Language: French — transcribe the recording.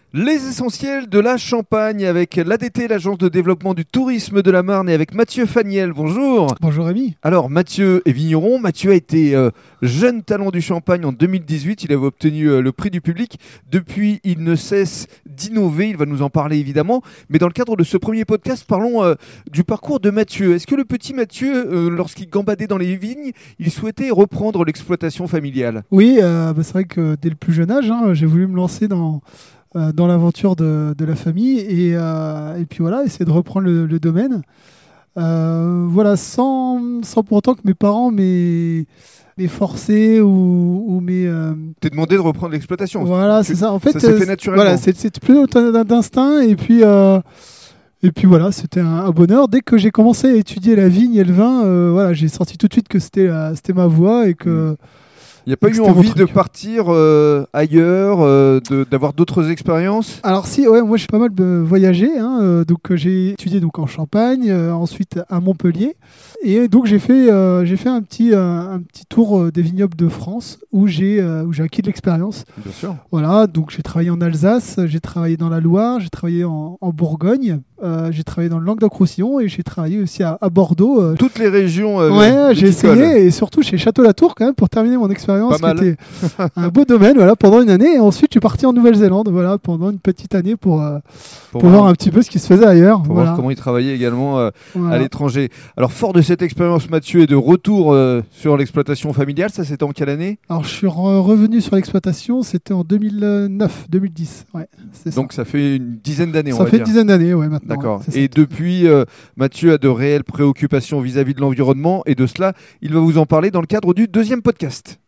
Les essentiels de la Champagne avec l'ADT, l'Agence de développement du tourisme de la Marne, et avec Mathieu Faniel. Bonjour. Bonjour Rémi. Alors Mathieu est vigneron. Mathieu a été jeune talent du Champagne en 2018. Il avait obtenu le prix du public. Depuis, il ne cesse d'innover. Il va nous en parler évidemment. Mais dans le cadre de ce premier podcast, parlons du parcours de Mathieu. Est-ce que le petit Mathieu, lorsqu'il gambadait dans les vignes, il souhaitait reprendre l'exploitation familiale ? Oui, c'est vrai que dès le plus jeune âge, j'ai voulu me lancer dans l'aventure de la famille et puis voilà, essayer de reprendre le domaine. Voilà, sans pour autant que mes parents m'aient forcé ou T'es demandé de reprendre l'exploitation. Voilà, c'est ça. En fait, ça s'est fait naturellement. Voilà, c'était plutôt d'instinct et puis voilà, c'était un bonheur. Dès que j'ai commencé à étudier la vigne et le vin, voilà, j'ai senti tout de suite que c'était ma voie et que il n'y a pas eu envie de partir ailleurs, d'avoir d'autres expériences ? Alors si, ouais, moi j'ai pas mal voyagé, donc j'ai étudié donc en Champagne, ensuite à Montpellier, et donc j'ai fait un petit tour des vignobles de France où j'ai acquis de l'expérience. Bien sûr. Voilà, donc j'ai travaillé en Alsace, j'ai travaillé dans la Loire, j'ai travaillé en Bourgogne, j'ai travaillé dans le Languedoc-Roussillon et j'ai travaillé aussi à Bordeaux. Toutes les régions. Ouais, j'ai essayé, et surtout chez Château-Latour quand même pour terminer mon expérience. Pas mal. Qui était un beau domaine, voilà, pendant une année, et ensuite je suis parti en Nouvelle-Zélande, voilà, pendant une petite année pour voir un petit peu ce qui se faisait ailleurs. Pour voir comment il travaillait également voilà. À l'étranger. Alors fort de cette expérience, Mathieu est de retour sur l'exploitation familiale. Ça, c'était en quelle année ? Alors je suis revenu sur l'exploitation, c'était en 2009-2010. Ouais, donc ça fait une dizaine d'années, on va dire. Ça fait une dizaine d'années, ouais, maintenant. D'accord. Et depuis, Mathieu a de réelles préoccupations vis-à-vis de l'environnement, et de cela, il va vous en parler dans le cadre du deuxième podcast.